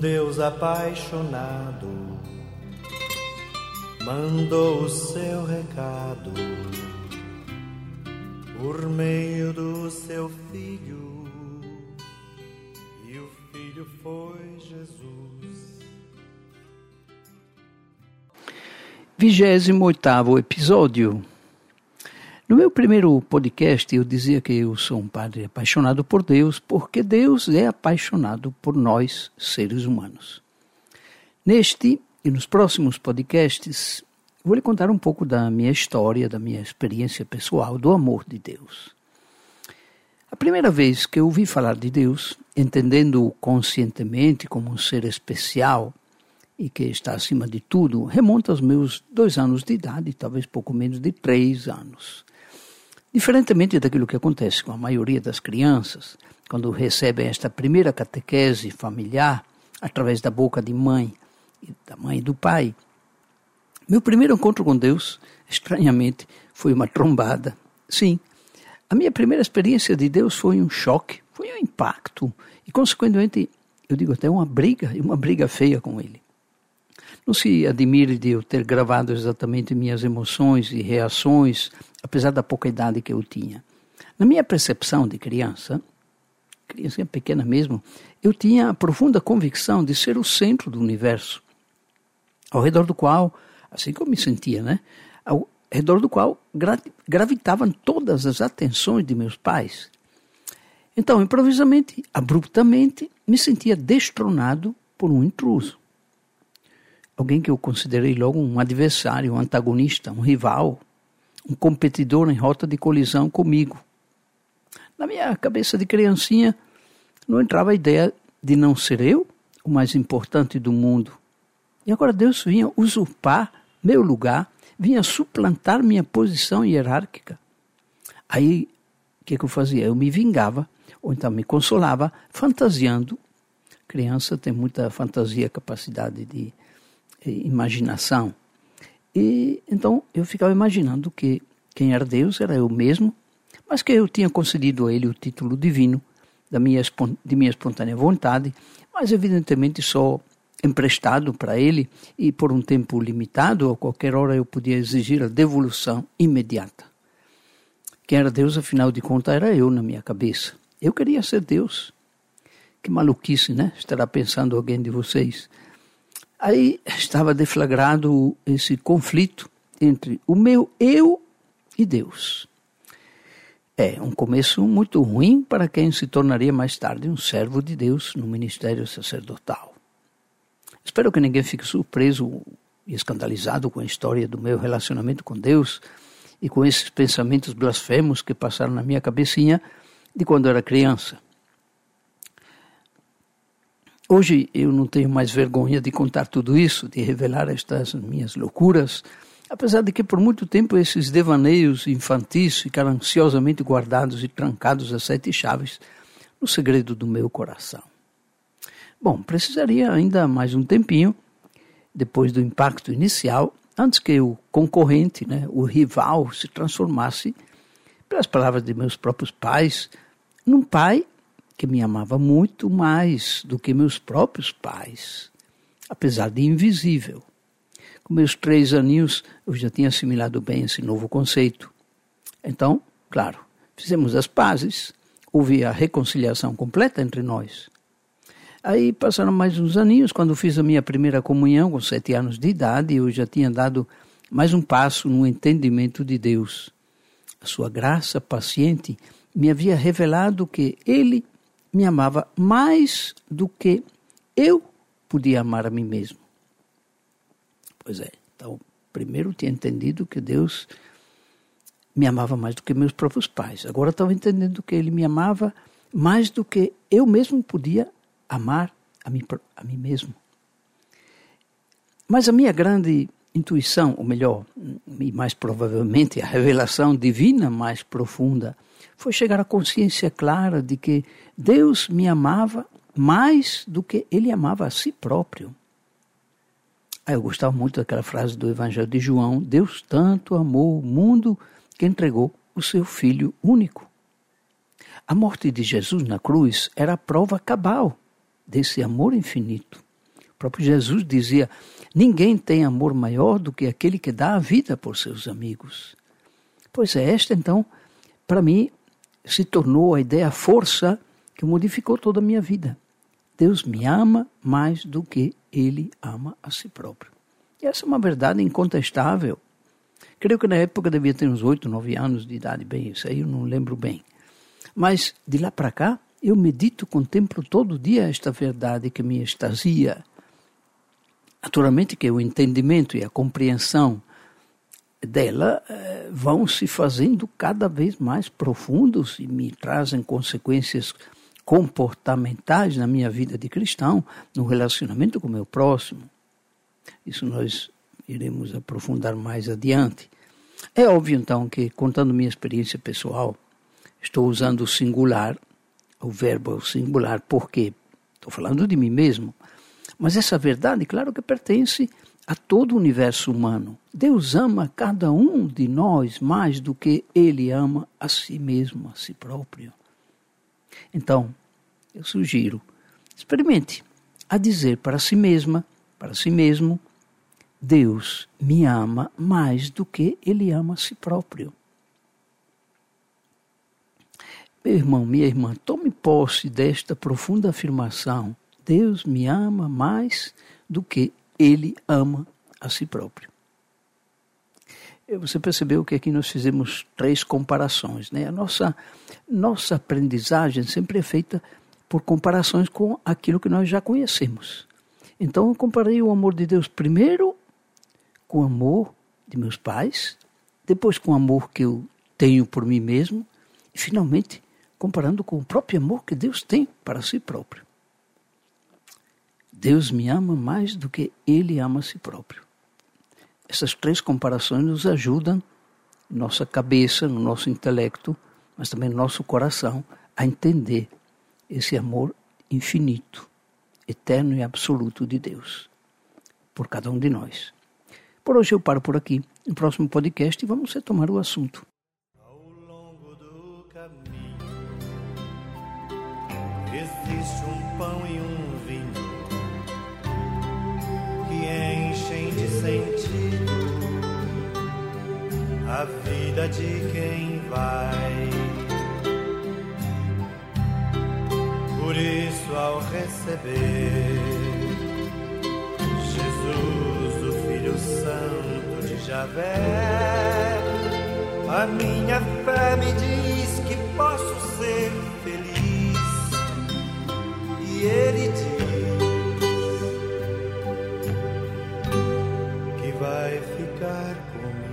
Deus apaixonado mandou o seu recado por meio do seu filho, e o filho foi Jesus. 28º episódio. No meu primeiro podcast eu dizia que eu sou um padre apaixonado por Deus, porque Deus é apaixonado por nós, seres humanos. Neste e nos próximos podcasts, vou lhe contar um pouco da minha história, da minha experiência pessoal, do amor de Deus. A primeira vez que eu ouvi falar de Deus, entendendo-o conscientemente como um ser especial e que está acima de tudo, remonta aos meus 2 anos de idade, talvez pouco menos de 3 anos. Diferentemente daquilo que acontece com a maioria das crianças, quando recebem esta primeira catequese familiar, através da boca de mãe, da mãe e do pai, meu primeiro encontro com Deus, estranhamente, foi uma trombada. Sim, a minha primeira experiência de Deus foi um choque, foi um impacto e, consequentemente, eu digo até uma briga feia com Ele. Não se admire de eu ter gravado exatamente minhas emoções e reações, apesar da pouca idade que eu tinha. Na minha percepção de criança pequena mesmo, eu tinha a profunda convicção de ser o centro do universo, ao redor do qual, assim como me sentia, ao redor do qual gravitavam todas as atenções de meus pais. Então, improvisamente, abruptamente, me sentia destronado por um intruso. Alguém que eu considerei logo um adversário, um antagonista, um rival, um competidor em rota de colisão comigo. Na minha cabeça de criancinha, não entrava a ideia de não ser eu o mais importante do mundo. E agora Deus vinha usurpar meu lugar, vinha suplantar minha posição hierárquica. Aí, o que eu fazia? Eu me vingava, ou então me consolava, fantasiando. Criança tem muita fantasia, capacidade de imaginação. E então eu ficava imaginando que quem era Deus era eu mesmo, mas que eu tinha concedido a ele o título divino de minha espontânea vontade, mas evidentemente só emprestado para ele e por um tempo limitado, a qualquer hora eu podia exigir a devolução imediata. Quem era Deus, afinal de contas, era eu na minha cabeça. Eu queria ser Deus. Que maluquice, estará pensando alguém de vocês. Aí estava deflagrado esse conflito entre o meu eu e Deus. É um começo muito ruim para quem se tornaria mais tarde um servo de Deus no ministério sacerdotal. Espero que ninguém fique surpreso e escandalizado com a história do meu relacionamento com Deus e com esses pensamentos blasfemos que passaram na minha cabecinha de quando eu era criança. Hoje eu não tenho mais vergonha de contar tudo isso, de revelar estas minhas loucuras, apesar de que por muito tempo esses devaneios infantis ficaram ansiosamente guardados e trancados a 7 chaves no segredo do meu coração. Bom, precisaria ainda mais um tempinho, depois do impacto inicial, antes que o concorrente, o rival, se transformasse, pelas palavras de meus próprios pais, num pai que me amava muito mais do que meus próprios pais, apesar de invisível. Com meus 3 aninhos, eu já tinha assimilado bem esse novo conceito. Então, claro, fizemos as pazes, houve a reconciliação completa entre nós. Aí passaram mais uns aninhos, quando fiz a minha primeira comunhão, com 7 anos de idade, eu já tinha dado mais um passo no entendimento de Deus. A sua graça paciente me havia revelado que Ele me amava mais do que eu podia amar a mim mesmo. Pois é, então, primeiro eu tinha entendido que Deus me amava mais do que meus próprios pais. Agora estava entendendo que Ele me amava mais do que eu mesmo podia amar a mim mesmo. Mas a minha grande intuição, ou melhor, e mais provavelmente a revelação divina mais profunda, foi chegar à consciência clara de que Deus me amava mais do que Ele amava a si próprio. Eu gostava muito daquela frase do Evangelho de João: Deus tanto amou o mundo que entregou o seu Filho único. A morte de Jesus na cruz era a prova cabal desse amor infinito. próprio Jesus dizia: ninguém tem amor maior do que aquele que dá a vida por seus amigos. Pois é, esta então, para mim, se tornou a ideia, a força que modificou toda a minha vida. Deus me ama mais do que Ele ama a si próprio. E essa é uma verdade incontestável. Creio que na época devia ter uns 8, 9 anos de idade, bem, isso aí eu não lembro bem. Mas de lá para cá, eu medito, contemplo todo dia esta verdade que me extasia. Naturalmente que o entendimento e a compreensão dela vão se fazendo cada vez mais profundos e me trazem consequências comportamentais na minha vida de cristão, no relacionamento com o meu próximo. Isso nós iremos aprofundar mais adiante. É óbvio, então, que, contando minha experiência pessoal, estou usando o singular, o verbo singular, porque estou falando de mim mesmo. Mas essa verdade, claro que pertence a todo o universo humano. Deus ama cada um de nós mais do que Ele ama a si mesmo, a si próprio. Então, eu sugiro, experimente a dizer para si mesma, para si mesmo: Deus me ama mais do que Ele ama a si próprio. Meu irmão, minha irmã, tome posse desta profunda afirmação. Deus me ama mais do que Ele ama a si próprio. Você percebeu que aqui nós fizemos 3 comparações, né? A nossa aprendizagem sempre é feita por comparações com aquilo que nós já conhecemos. Então eu comparei o amor de Deus primeiro com o amor de meus pais, depois com o amor que eu tenho por mim mesmo e finalmente comparando com o próprio amor que Deus tem para si próprio. Deus me ama mais do que Ele ama a si próprio. Essas 3 comparações nos ajudam, nossa cabeça, no nosso intelecto, mas também no nosso coração, a entender esse amor infinito, eterno e absoluto de Deus, por cada um de nós. Por hoje eu paro por aqui. No próximo podcast vamos retomar o assunto. Ao longo do caminho existe um pão e um vinho que enchem de sentido a vida de quem vai. Por isso, ao receber Jesus, o Filho Santo de Javé, a minha fé me diz que posso ser feliz. E Ele diz que vai ficar comigo.